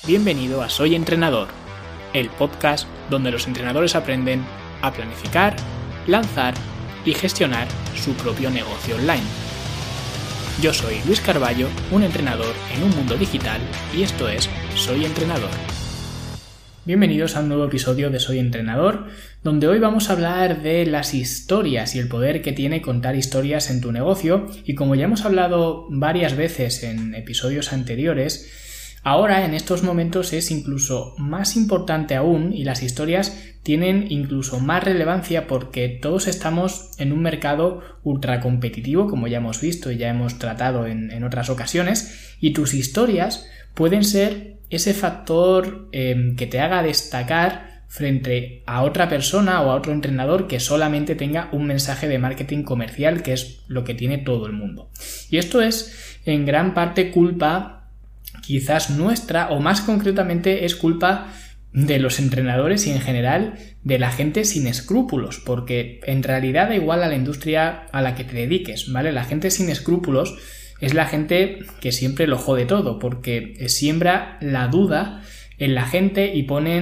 Bienvenido a Soy Entrenador, el podcast donde los entrenadores aprenden a planificar, lanzar y gestionar su propio negocio online. Yo soy Luis Carballo, un entrenador en un mundo digital, y esto es Soy Entrenador. Bienvenidos a un nuevo episodio de Soy Entrenador, donde hoy vamos a hablar de las historias y el poder que tiene contar historias en tu negocio. Y como ya hemos hablado varias veces en episodios anteriores, ahora en estos momentos es incluso más importante aún, y las historias tienen incluso más relevancia porque todos estamos en un mercado ultra competitivo, como ya hemos visto y ya hemos tratado en otras ocasiones, y tus historias pueden ser ese factor que te haga destacar frente a otra persona o a otro entrenador que solamente tenga un mensaje de marketing comercial, que es lo que tiene todo el mundo. Y esto es en gran parte culpa quizás nuestra, o más concretamente es culpa de los entrenadores y en general de la gente sin escrúpulos, porque en realidad da igual a la industria a la que te dediques, ¿vale? La gente sin escrúpulos es la gente que siempre lo jode todo, porque siembra la duda en la gente y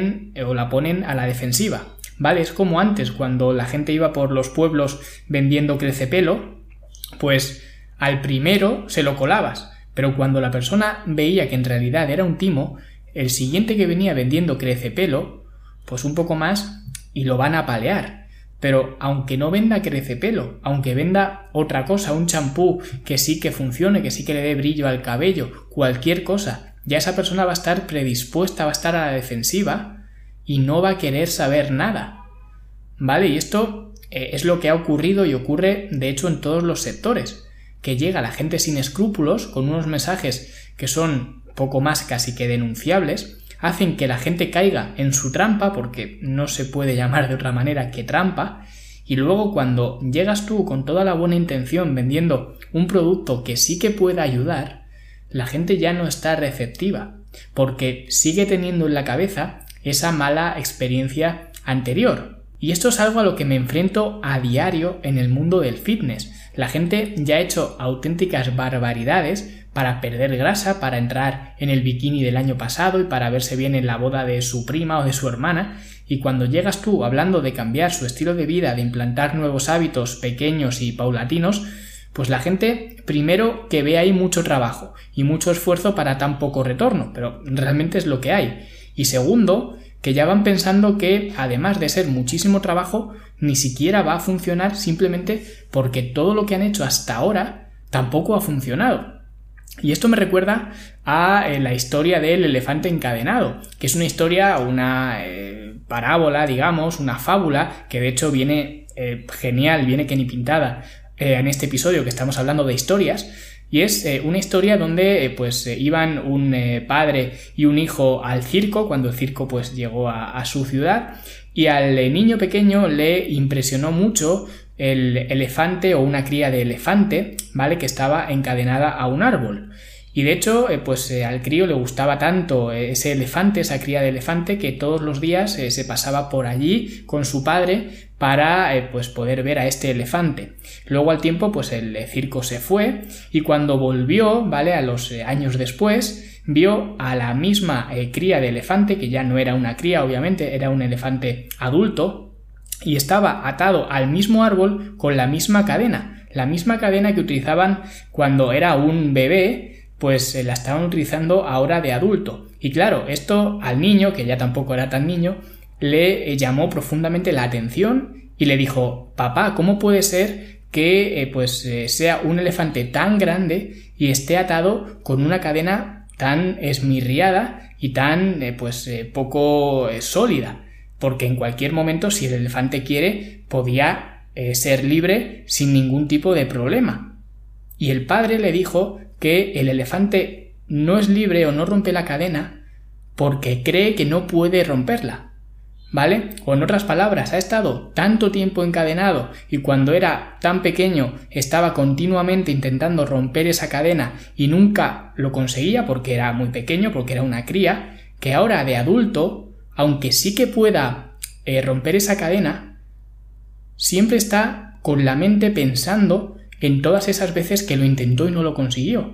la ponen a la defensiva, ¿vale? Es como antes, cuando la gente iba por los pueblos vendiendo crecepelo, pues al primero se lo colabas. Pero cuando la persona veía que en realidad era un timo, el siguiente que venía vendiendo crecepelo, pues un poco más y lo van a apalear. Pero aunque no venda crecepelo, aunque venda otra cosa, un champú que sí que funcione, que sí que le dé brillo al cabello, cualquier cosa, ya esa persona va a estar predispuesta, va a estar a la defensiva y no va a querer saber nada, ¿vale? Y esto es lo que ha ocurrido y ocurre de hecho en todos los sectores, que llega la gente sin escrúpulos con unos mensajes que son poco más casi que denunciables, hacen que la gente caiga en su trampa, porque no se puede llamar de otra manera que trampa, y luego cuando llegas tú con toda la buena intención vendiendo un producto que sí que pueda ayudar, la gente ya no está receptiva, porque sigue teniendo en la cabeza esa mala experiencia anterior. Y esto es algo a lo que me enfrento a diario en el mundo del fitness. La gente ya ha hecho auténticas barbaridades para perder grasa, para entrar en el bikini del año pasado y para verse bien en la boda de su prima o de su hermana, y cuando llegas tú hablando de cambiar su estilo de vida, de implantar nuevos hábitos pequeños y paulatinos, pues la gente primero que ve ahí mucho trabajo y mucho esfuerzo para tan poco retorno, pero realmente es lo que hay. Y segundo, que ya van pensando que, además de ser muchísimo trabajo, ni siquiera va a funcionar simplemente porque todo lo que han hecho hasta ahora tampoco ha funcionado. Y esto me recuerda a la historia del elefante encadenado, que es una historia, una parábola, digamos, una fábula, que de hecho viene genial, viene que ni pintada en este episodio que estamos hablando de historias. Y es una historia donde iban un padre y un hijo al circo, cuando el circo pues llegó a su ciudad, y al niño pequeño le impresionó mucho el elefante o una cría de elefante, ¿vale?, que estaba encadenada a un árbol. Y de hecho, al crío le gustaba tanto ese elefante, esa cría de elefante, que todos los días se pasaba por allí con su padre para poder ver a este elefante. Luego al tiempo el circo se fue, y cuando volvió, ¿vale?, a los años después, vio a la misma cría de elefante, que ya no era una cría, obviamente, era un elefante adulto, y estaba atado al mismo árbol con la misma cadena que utilizaban cuando era un bebé, pues la estaban utilizando ahora de adulto. Y claro, esto al niño, que ya tampoco era tan niño, le llamó profundamente la atención y le dijo: papá, ¿cómo puede ser que sea un elefante tan grande y esté atado con una cadena tan esmirriada y tan poco sólida? Porque en cualquier momento, si el elefante quiere, podía ser libre sin ningún tipo de problema. Y el padre le dijo que el elefante no es libre o no rompe la cadena porque cree que no puede romperla, ¿vale? O en otras palabras, ha estado tanto tiempo encadenado y cuando era tan pequeño estaba continuamente intentando romper esa cadena y nunca lo conseguía porque era muy pequeño, porque era una cría, que ahora de adulto, aunque sí que pueda romper esa cadena, siempre está con la mente pensando en todas esas veces que lo intentó y no lo consiguió.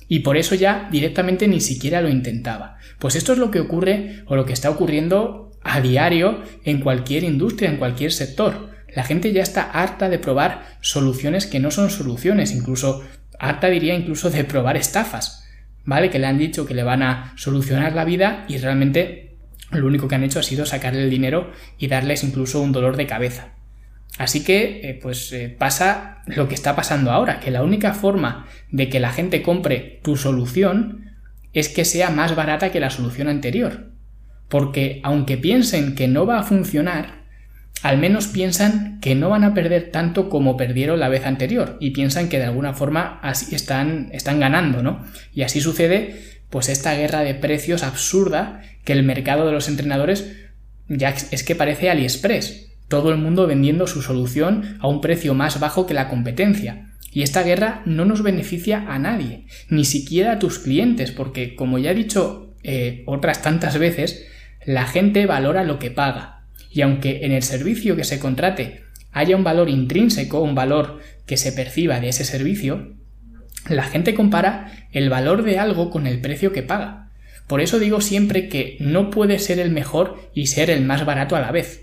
y por eso ya directamente ni siquiera lo intentaba. Pues esto es lo que ocurre o lo que está ocurriendo a diario en cualquier industria, en cualquier sector. La gente ya está harta de probar soluciones que no son soluciones, incluso harta diría incluso de probar estafas, ¿vale? Que le han dicho que le van a solucionar la vida y realmente lo único que han hecho ha sido sacarle el dinero y darles incluso un dolor de cabeza. Así que pasa lo que está pasando ahora, que la única forma de que la gente compre tu solución es que sea más barata que la solución anterior. Porque aunque piensen que no va a funcionar, al menos piensan que no van a perder tanto como perdieron la vez anterior y piensan que de alguna forma así están ganando, ¿no? Y así sucede pues esta guerra de precios absurda que el mercado de los entrenadores ya es que parece AliExpress. Todo el mundo vendiendo su solución a un precio más bajo que la competencia. Y esta guerra no nos beneficia a nadie, ni siquiera a tus clientes, porque como ya he dicho otras tantas veces, la gente valora lo que paga. Y aunque en el servicio que se contrate haya un valor intrínseco, un valor que se perciba de ese servicio, la gente compara el valor de algo con el precio que paga. Por eso digo siempre que no puede ser el mejor y ser el más barato a la vez.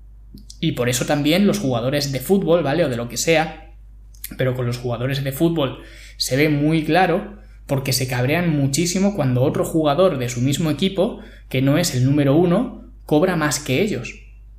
Y por eso también los jugadores de fútbol, ¿vale? O de lo que sea, pero con los jugadores de fútbol se ve muy claro porque se cabrean muchísimo cuando otro jugador de su mismo equipo, que no es el número 1, cobra más que ellos.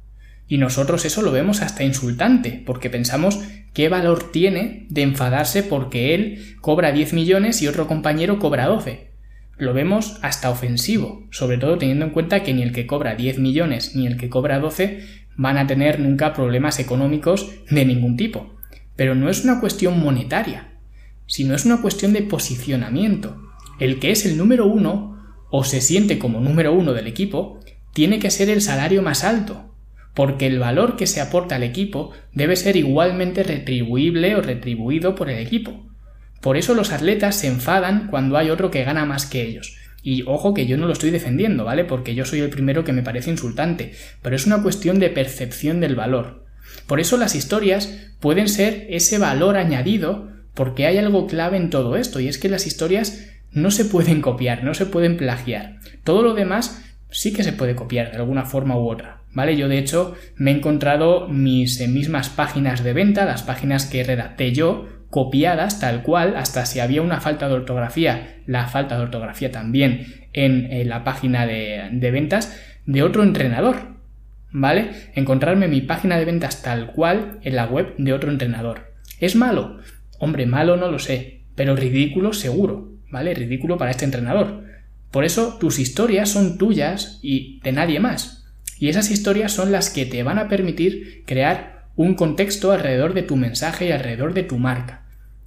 Y nosotros eso lo vemos hasta insultante, porque pensamos qué valor tiene de enfadarse porque él cobra 10 millones y otro compañero cobra 12. Lo vemos hasta ofensivo, sobre todo teniendo en cuenta que ni el que cobra 10 millones ni el que cobra 12 van a tener nunca problemas económicos de ningún tipo. Pero no es una cuestión monetaria, sino es una cuestión de posicionamiento. El que es el número 1 o se siente como número 1 del equipo tiene que ser el salario más alto, porque el valor que se aporta al equipo debe ser igualmente retribuible o retribuido por el equipo. Por eso los atletas se enfadan cuando hay otro que gana más que ellos. Y ojo que yo no lo estoy defendiendo, ¿vale? Porque yo soy el primero que me parece insultante, pero es una cuestión de percepción del valor. Por eso las historias pueden ser ese valor añadido, porque hay algo clave en todo esto, y es que las historias no se pueden copiar, no se pueden plagiar. Todo lo demás sí que se puede copiar de alguna forma u otra, ¿vale? Yo de hecho me he encontrado mis mismas páginas de venta, las páginas que redacté yo, copiadas tal cual, hasta si había una falta de ortografía, la falta de ortografía también en la página de ventas de otro entrenador, ¿vale? Encontrarme mi página de ventas tal cual en la web de otro entrenador. ¿Es malo? Hombre, malo no lo sé, pero ridículo seguro, ¿vale? Ridículo para este entrenador. Por eso tus historias son tuyas y de nadie más. Y esas historias son las que te van a permitir crear un contexto alrededor de tu mensaje y alrededor de tu marca.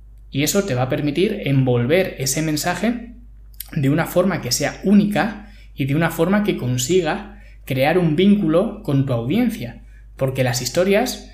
Y eso te va a permitir envolver ese mensaje de una forma que sea única y de una forma que consiga crear un vínculo con tu audiencia. Porque las historias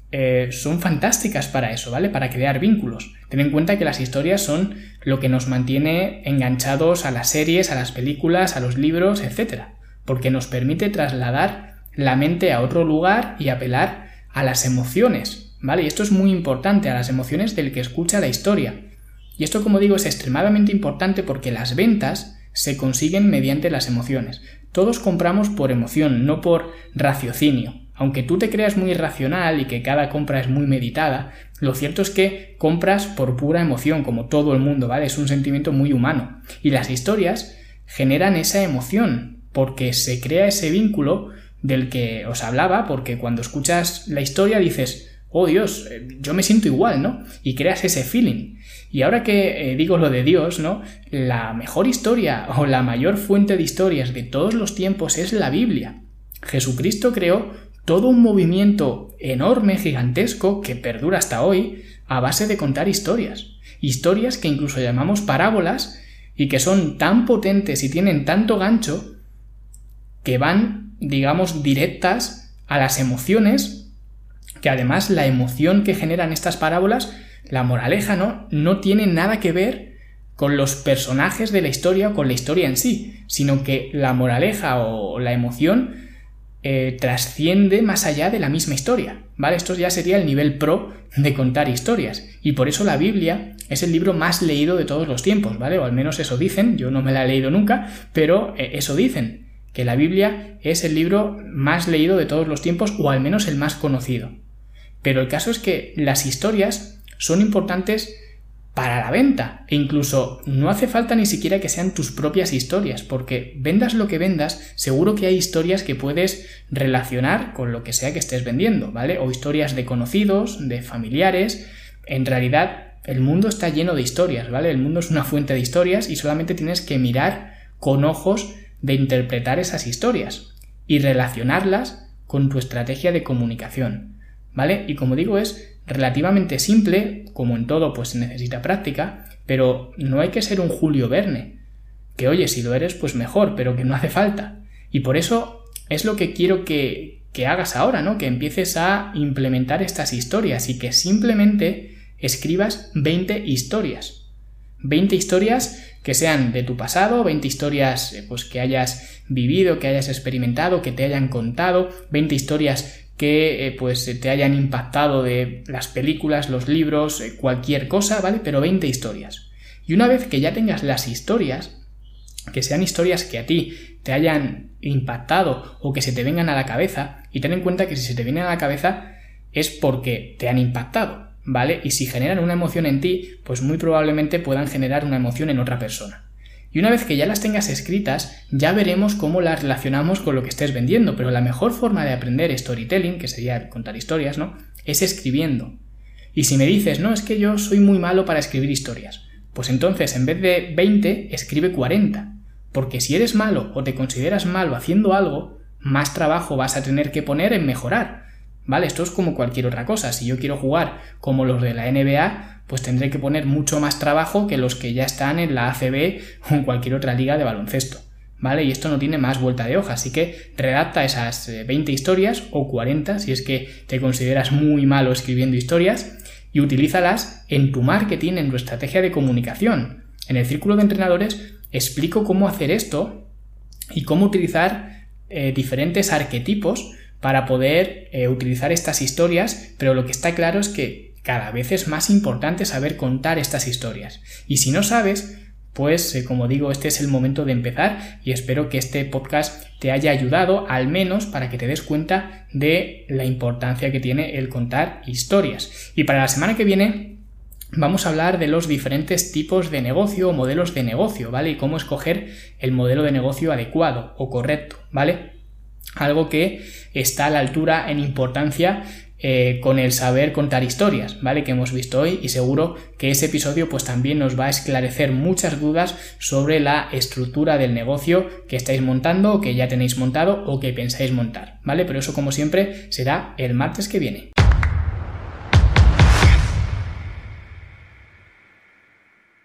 son fantásticas para eso, ¿vale? Para crear vínculos. Ten en cuenta que las historias son lo que nos mantiene enganchados a las series, a las películas, a los libros, etc. Porque nos permite trasladar la mente a otro lugar y apelar a las emociones, ¿vale? Y esto es muy importante, a las emociones del que escucha la historia. Y esto, como digo, es extremadamente importante porque las ventas se consiguen mediante las emociones. Todos compramos por emoción, no por raciocinio. Aunque tú te creas muy racional y que cada compra es muy meditada, lo cierto es que compras por pura emoción, como todo el mundo, ¿vale? Es un sentimiento muy humano. Y las historias generan esa emoción, porque se crea ese vínculo del que os hablaba, porque cuando escuchas la historia dices, oh Dios, yo me siento igual, ¿no? Y creas ese feeling. Y ahora que digo lo de Dios, ¿no? La mejor historia o la mayor fuente de historias de todos los tiempos es la Biblia. Jesucristo creó todo un movimiento enorme, gigantesco, que perdura hasta hoy, a base de contar historias. Historias que incluso llamamos parábolas y que son tan potentes y tienen tanto gancho que van, digamos, directas a las emociones, que además la emoción que generan estas parábolas, la moraleja, no tiene nada que ver con los personajes de la historia o con la historia en sí, sino que la moraleja o la emoción trasciende más allá de la misma historia, ¿vale? Esto ya sería el nivel pro de contar historias, y por eso la Biblia es el libro más leído de todos los tiempos, ¿vale? O al menos eso dicen, yo no me la he leído nunca, pero eso dicen, que la Biblia es el libro más leído de todos los tiempos, o al menos el más conocido. Pero el caso es que las historias son importantes para la venta, e incluso no hace falta ni siquiera que sean tus propias historias, porque vendas lo que vendas, seguro que hay historias que puedes relacionar con lo que sea que estés vendiendo, ¿vale? O historias de conocidos, de familiares. En realidad, el mundo está lleno de historias, ¿vale? El mundo es una fuente de historias y solamente tienes que mirar con ojos de interpretar esas historias y relacionarlas con tu estrategia de comunicación, ¿vale? Y como digo, es relativamente simple, como en todo pues se necesita práctica, pero no hay que ser un Julio Verne, que oye, si lo eres pues mejor, pero que no hace falta. Y por eso es lo que quiero que hagas ahora, ¿no? Que empieces a implementar estas historias y que simplemente escribas 20 historias. 20 historias que sean de tu pasado, 20 historias pues que hayas vivido, que hayas experimentado, que te hayan contado, 20 historias que pues te hayan impactado de las películas, los libros, cualquier cosa, ¿vale? Pero 20 historias. Y una vez que ya tengas las historias, que sean historias que a ti te hayan impactado o que se te vengan a la cabeza, y ten en cuenta que si se te vienen a la cabeza es porque te han impactado, ¿vale? Y si generan una emoción en ti, pues muy probablemente puedan generar una emoción en otra persona. Y una vez que ya las tengas escritas, ya veremos cómo las relacionamos con lo que estés vendiendo, pero la mejor forma de aprender storytelling, que sería contar historias, ¿no?, es escribiendo. Y si me dices, no, es que yo soy muy malo para escribir historias, pues entonces en vez de 20, escribe 40. Porque si eres malo o te consideras malo haciendo algo, más trabajo vas a tener que poner en mejorar, ¿vale? Esto es como cualquier otra cosa. Si yo quiero jugar como los de la NBA, pues tendré que poner mucho más trabajo que los que ya están en la ACB o en cualquier otra liga de baloncesto, ¿vale? Y esto no tiene más vuelta de hoja, así que redacta esas 20 historias o 40 si es que te consideras muy malo escribiendo historias y utilízalas en tu marketing, en tu estrategia de comunicación. En el círculo de entrenadores explico cómo hacer esto y cómo utilizar diferentes arquetipos para poder utilizar estas historias, pero lo que está claro es que cada vez es más importante saber contar estas historias. Y si no sabes, pues como digo, este es el momento de empezar y espero que este podcast te haya ayudado al menos para que te des cuenta de la importancia que tiene el contar historias. Y para la semana que viene vamos a hablar de los diferentes tipos de negocio o modelos de negocio, ¿vale? Y cómo escoger el modelo de negocio adecuado o correcto, ¿vale? Algo que está a la altura en importancia con el saber contar historias, ¿vale? Que hemos visto hoy, y seguro que ese episodio pues también nos va a esclarecer muchas dudas sobre la estructura del negocio que estáis montando o que ya tenéis montado o que pensáis montar, ¿vale? Pero eso, como siempre, será el martes que viene.